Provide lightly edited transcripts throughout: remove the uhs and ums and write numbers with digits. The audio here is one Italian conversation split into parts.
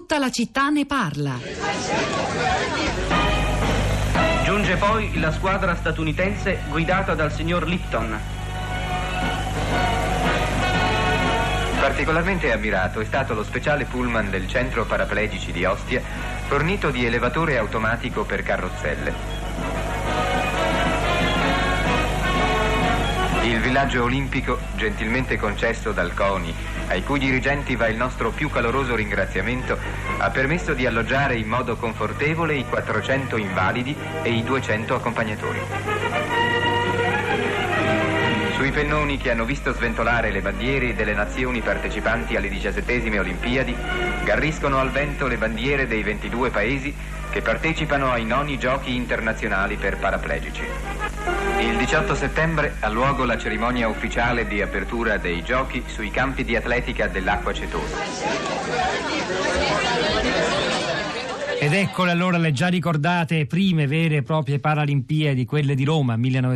Tutta la città ne parla. Giunge poi la squadra statunitense guidata dal signor Lipton. Particolarmente ammirato è stato lo speciale pullman del centro paraplegici di Ostia, fornito di elevatore automatico per carrozzelle. Il villaggio olimpico, gentilmente concesso dal CONI, ai cui dirigenti va il nostro più caloroso ringraziamento, ha permesso di alloggiare in modo confortevole i 400 invalidi e i 200 accompagnatori. Sui pennoni che hanno visto sventolare le bandiere delle nazioni partecipanti alle 17esime Olimpiadi, garriscono al vento le bandiere dei 22 paesi che partecipano ai 9 giochi internazionali per paraplegici. Il 18 settembre ha luogo la cerimonia ufficiale di apertura dei giochi sui campi di atletica dell'Acqua Cetosa. Ed eccole allora le già ricordate prime vere e proprie Paralimpiadi, quelle di Roma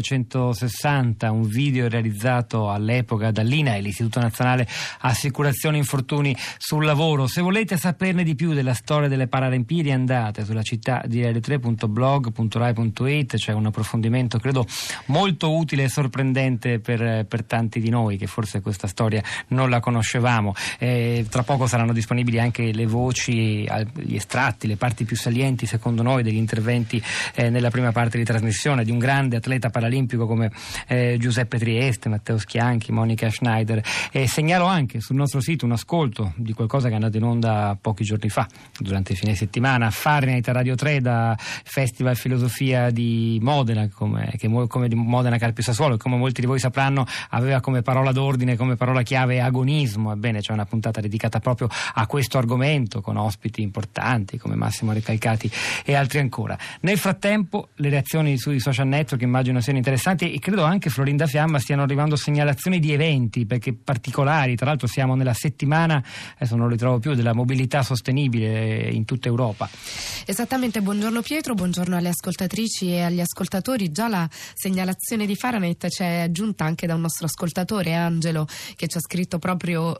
1960, un video realizzato all'epoca dall'INAIL, l'Istituto Nazionale Assicurazione Infortuni sul Lavoro. Se volete saperne di più della storia delle Paralimpiadi andate sulla città di r3.blog.rai.it, c'è un approfondimento credo molto utile e sorprendente per tanti di noi che forse questa storia non la conoscevamo. Tra poco saranno disponibili anche le voci, gli estratti, le parti più salienti secondo noi degli interventi nella prima parte di trasmissione di un grande atleta paralimpico come Giuseppe Trieste, Matteo Schianchi, Monica Schneider. Segnalo anche sul nostro sito un ascolto di qualcosa che è andato in onda pochi giorni fa durante il fine settimana, Fahrenheit a Radio 3 da Festival Filosofia di Modena, come di Modena Carpio Sassuolo, come molti di voi sapranno aveva come parola d'ordine, come parola chiave agonismo. Ebbene, c'è una puntata dedicata proprio a questo argomento con ospiti importanti come Massimo Recalcati e altri ancora. Nel frattempo le reazioni sui social network immagino siano interessanti e credo anche Florinda Fiamma stiano arrivando segnalazioni di eventi perché particolari. Tra l'altro siamo nella settimana, adesso non lo ritrovo più, della mobilità sostenibile in tutta Europa. Esattamente, buongiorno Pietro, buongiorno alle ascoltatrici e agli ascoltatori. Già la segnalazione di Fahrenheit c'è giunta anche da un nostro ascoltatore, Angelo, che ci ha scritto proprio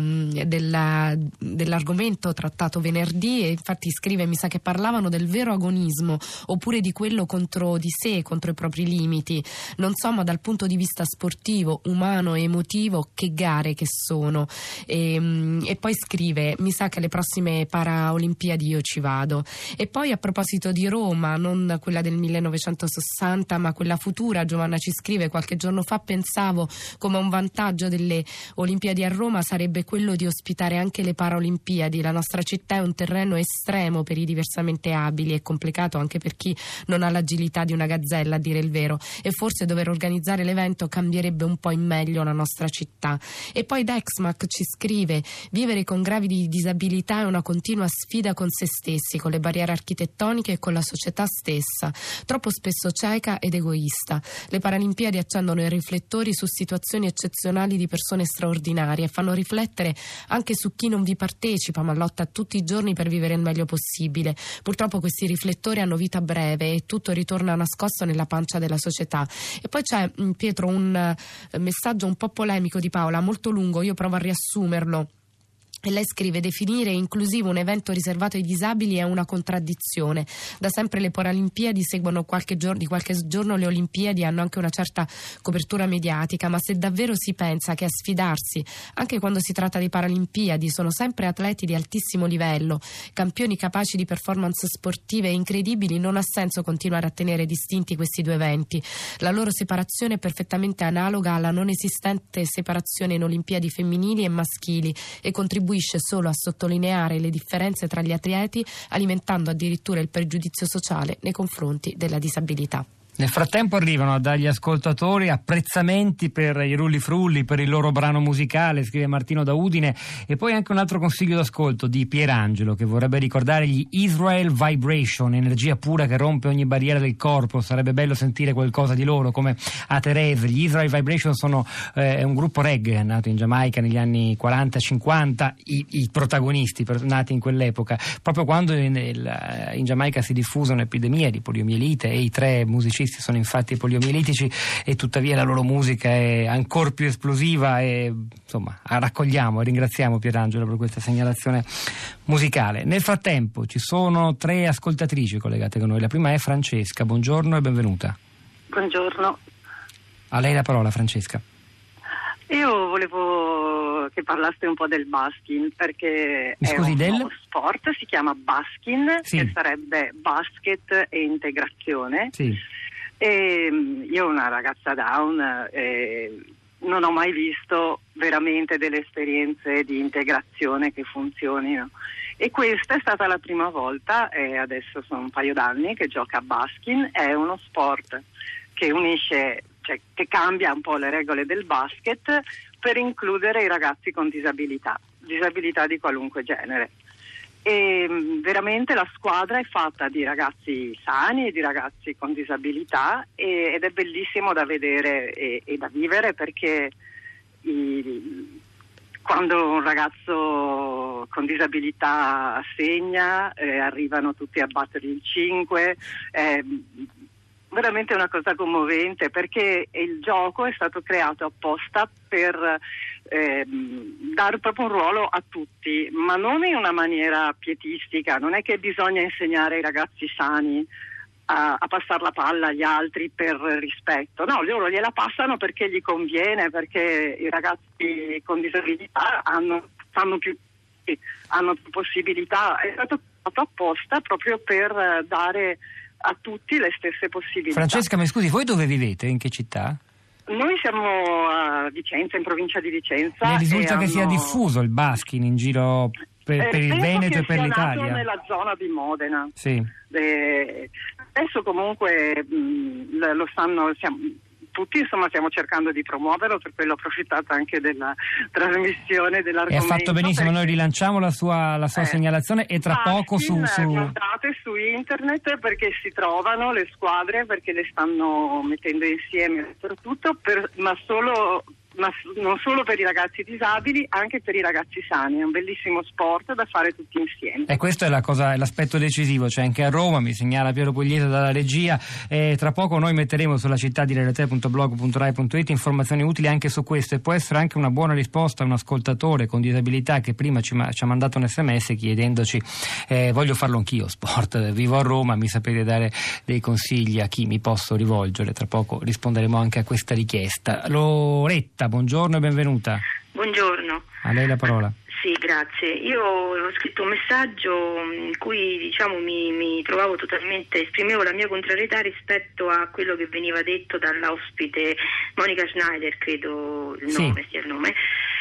dell'argomento trattato venerdì e infatti scrive: mi sa che parlavano del vero agonismo oppure di quello contro di sé, contro i propri limiti. Non so, ma dal punto di vista sportivo, umano e emotivo che gare che sono. E poi scrive: mi sa che alle prossime Paraolimpiadi io ci vado. E poi a proposito di Roma, non quella del 1960 ma quella futura, Giovanna ci scrive: qualche giorno fa pensavo come un vantaggio delle Olimpiadi a Roma sarebbe quello di ospitare anche le Paraolimpiadi. La nostra città è un terreno estremo per i diversamente abili e complicato anche per chi non ha l'agilità di una gazzella, a dire il vero, e forse dover organizzare l'evento cambierebbe un po' in meglio la nostra città. E poi Dexmac ci scrive: vivere con gravi disabilità è una continua sfida con se stessi, con le barriere architettoniche e con la società stessa, troppo spesso cieca ed egoista. Le Paralimpiadi accendono i riflettori su situazioni eccezionali di persone straordinarie e fanno riflettere anche su chi non vi partecipa ma lotta tutti i giorni per vivere il meglio possibile. Purtroppo questi riflettori hanno vita breve e tutto ritorna nascosto nella pancia della società. E poi c'è, Pietro, un messaggio un po' polemico di Paola, molto lungo, io provo a riassumerlo. E lei scrive: definire inclusivo un evento riservato ai disabili è una contraddizione. Da sempre le Paralimpiadi seguono di qualche giorno le Olimpiadi, hanno anche una certa copertura mediatica, ma se davvero si pensa che a sfidarsi, anche quando si tratta di Paralimpiadi, sono sempre atleti di altissimo livello, campioni capaci di performance sportive incredibili, non ha senso continuare a tenere distinti questi due eventi. La loro separazione è perfettamente analoga alla non esistente separazione in Olimpiadi femminili e maschili e contribuisce solo a sottolineare le differenze tra gli atleti, alimentando addirittura il pregiudizio sociale nei confronti della disabilità. Nel frattempo arrivano dagli ascoltatori apprezzamenti per i Rulli Frulli, per il loro brano musicale, scrive Martino da Udine, e poi anche un altro consiglio d'ascolto di Pierangelo che vorrebbe ricordare gli Israel Vibration, energia pura che rompe ogni barriera del corpo. Sarebbe bello sentire qualcosa di loro come a Therese. Gli Israel Vibration sono un gruppo reggae nato in Giamaica negli anni 40-50, i protagonisti nati in quell'epoca, proprio quando in Giamaica si diffuse un'epidemia di poliomielite e i tre musicisti questi sono infatti poliomielitici e tuttavia la loro musica è ancora più esplosiva e insomma raccogliamo e ringraziamo Pierangelo per questa segnalazione musicale. Nel frattempo ci sono 3 ascoltatrici collegate con noi. La prima è Francesca, buongiorno e benvenuta. Buongiorno. A lei la parola, Francesca. Io volevo che parlaste un po' del baskin, perché è un nuovo sport, si chiama baskin, sì, che sarebbe basket e integrazione. Sì. E io ho una ragazza down e non ho mai visto veramente delle esperienze di integrazione che funzionino. E questa è stata la prima volta, e adesso sono un paio d'anni che gioca a baskin. È uno sport che unisce, cioè che cambia un po' le regole del basket per includere i ragazzi con disabilità di qualunque genere. E veramente la squadra è fatta di ragazzi sani e di ragazzi con disabilità ed è bellissimo da vedere e da vivere, perché quando un ragazzo con disabilità segna arrivano tutti a battere il 5, veramente una cosa commovente, perché il gioco è stato creato apposta per dare proprio un ruolo a tutti, ma non in una maniera pietistica. Non è che bisogna insegnare ai ragazzi sani a passare la palla agli altri per rispetto, no, loro gliela passano perché gli conviene, perché i ragazzi con disabilità hanno più possibilità. È stato fatto apposta proprio per dare a tutti le stesse possibilità. Francesca, mi scusi, voi dove vivete? In che città? Noi siamo a Vicenza, in provincia di Vicenza. Mi risulta che sia diffuso il baskin in giro per il Veneto e per l'Italia. Nato nella zona di Modena. Sì. Adesso comunque lo sanno, tutti, insomma, stiamo cercando di promuoverlo, per quello ho approfittato anche della trasmissione dell'argomento. E ha fatto benissimo, noi rilanciamo la sua segnalazione e tra poco guardate su internet, perché si trovano le squadre, perché le stanno mettendo insieme dappertutto, ma non solo per i ragazzi disabili, anche per i ragazzi sani. È un bellissimo sport da fare tutti insieme. E questo è l'aspetto decisivo, cioè anche a Roma, mi segnala Piero Pugliese dalla regia, e tra poco noi metteremo sulla città di rete.blog.rai.it informazioni utili anche su questo, e può essere anche una buona risposta a un ascoltatore con disabilità che prima ci ha mandato un SMS chiedendoci voglio farlo anch'io sport, vivo a Roma, mi sapete dare dei consigli a chi mi posso rivolgere? Tra poco risponderemo anche a questa richiesta. Loretta, buongiorno e benvenuta. Buongiorno. A lei la parola. Sì, grazie. Io ho scritto un messaggio in cui mi trovavo totalmente, esprimevo la mia contrarietà rispetto a quello che veniva detto dall'ospite Monica Schneider, credo sia il nome,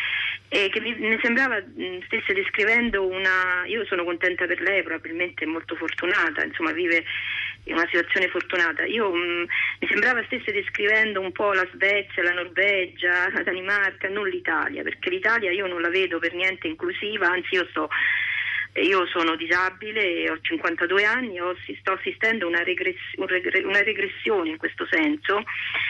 e che mi sembrava stesse descrivendo io sono contenta per lei, probabilmente è molto fortunata, insomma vive in una situazione fortunata. Mi sembrava stesse descrivendo un po' la Svezia, la Norvegia, la Danimarca, non l'Italia, perché l'Italia io non la vedo per niente inclusiva, anzi io sono disabile, ho 52 anni e sto assistendo a una regressione in questo senso.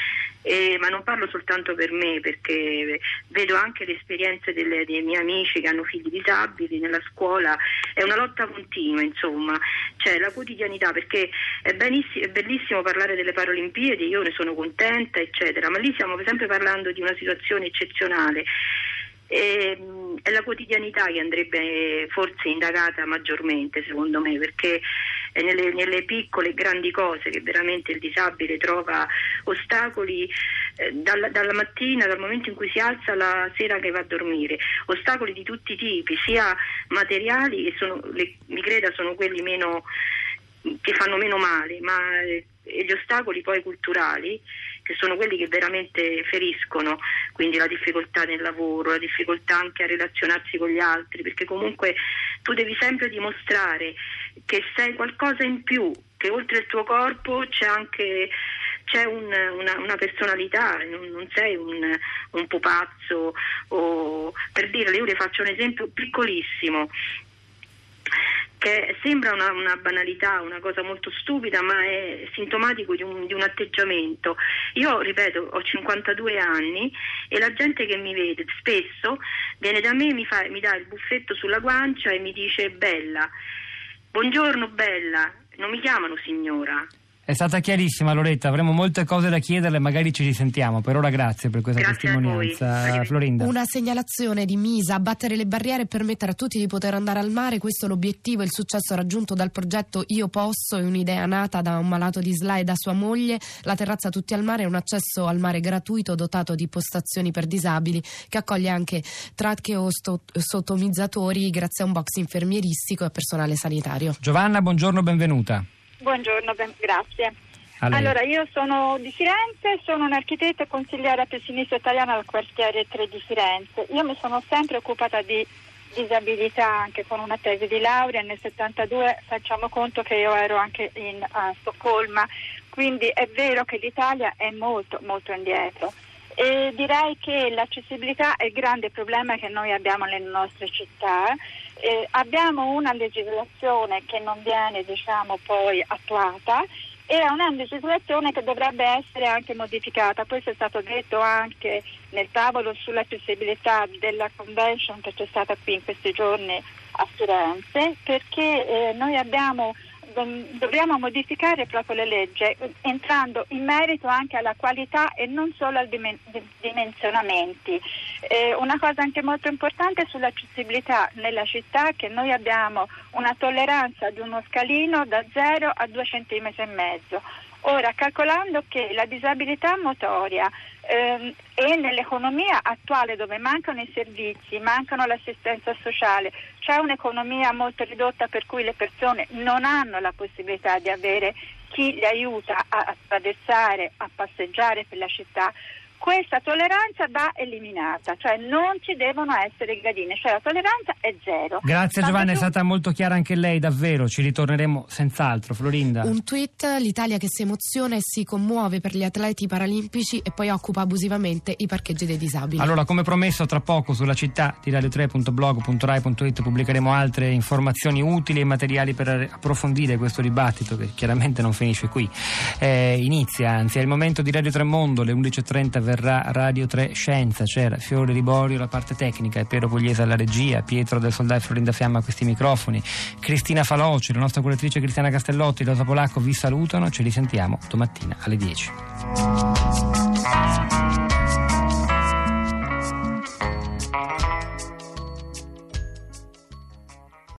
Ma non parlo soltanto per me, perché vedo anche le esperienze dei miei amici che hanno figli disabili nella scuola. È una lotta continua, insomma, c'è la quotidianità, perché è bellissimo parlare delle Paralimpiadi, io ne sono contenta, eccetera, ma lì stiamo sempre parlando di una situazione eccezionale. È la quotidianità che andrebbe forse indagata maggiormente, secondo me, perché è nelle piccole e grandi cose che veramente il disabile trova ostacoli dalla mattina, dal momento in cui si alza alla sera che va a dormire, ostacoli di tutti i tipi, sia materiali, che mi creda sono quelli che fanno meno male, ma gli ostacoli poi culturali, che sono quelli che veramente feriscono, quindi la difficoltà nel lavoro, la difficoltà anche a relazionarsi con gli altri, perché comunque tu devi sempre dimostrare che sei qualcosa in più, che oltre il tuo corpo c'è una personalità, non sei un pupazzo, o per dire, io le faccio un esempio piccolissimo che sembra una banalità, una cosa molto stupida, ma è sintomatico di un atteggiamento. Io, ripeto, ho 52 anni e la gente che mi vede spesso viene da me, mi dà il buffetto sulla guancia e mi dice bella, buongiorno bella, non mi chiamano signora. È stata chiarissima, Loretta, avremo molte cose da chiederle, magari ci risentiamo. Per ora grazie per questa testimonianza. Florinda. Una segnalazione di Misa: abbattere le barriere e permettere a tutti di poter andare al mare, questo è l'obiettivo e il successo raggiunto dal progetto Io Posso, è un'idea nata da un malato di SLA e da sua moglie. La terrazza Tutti al Mare è un accesso al mare gratuito dotato di postazioni per disabili, che accoglie anche tracheostotomizzatori grazie a un box infermieristico e personale sanitario. Giovanna, buongiorno, benvenuta. Buongiorno, grazie. Allora, io sono di Firenze, sono un'architetta e consigliera per Sinistra Italiana al quartiere 3 di Firenze. Io mi sono sempre occupata di disabilità, anche con una tesi di laurea. Nel 72 facciamo conto che io ero anche a Stoccolma, quindi è vero che l'Italia è molto molto indietro. E direi che l'accessibilità è il grande problema che noi abbiamo nelle nostre città. Abbiamo una legislazione che non viene, poi attuata, e è una legislazione che dovrebbe essere anche modificata. Questo è stato detto anche nel tavolo sull'accessibilità della convention che c'è stata qui in questi giorni a Firenze, perché noi dobbiamo modificare proprio le leggi, entrando in merito anche alla qualità e non solo ai dimensionamenti. Una cosa anche molto importante sull'accessibilità nella città è che noi abbiamo una tolleranza di uno scalino da 0 a 2,5 centimetri. Ora, calcolando che la disabilità motoria e nell'economia attuale, dove mancano i servizi, mancano l'assistenza sociale, c'è un'economia molto ridotta per cui le persone non hanno la possibilità di avere chi le aiuta a attraversare, a passeggiare per la città. Questa tolleranza va eliminata, cioè non ci devono essere gradine, cioè la tolleranza è 0. Grazie Giovanna, è stata molto chiara anche lei, davvero, ci ritorneremo senz'altro. Florinda. Un tweet: l'Italia che si emoziona e si commuove per gli atleti paralimpici e poi occupa abusivamente i parcheggi dei disabili. Allora, come promesso, tra poco sulla città di radio3.blog.rai.it pubblicheremo altre informazioni utili e materiali per approfondire questo dibattito che chiaramente non finisce qui. Inizia, anzi è il momento di Radio 3 Mondo, alle 11.30 verrà Radio 3 Scienza, c'era Fiore Liborio la parte tecnica e Piero Pugliese alla regia, Pietro del Soldà e Florinda Fiamma a questi microfoni, Cristina Faloci, la nostra curatrice Cristiana Castellotti, Rosa Polacco vi salutano, ci risentiamo domattina alle 10.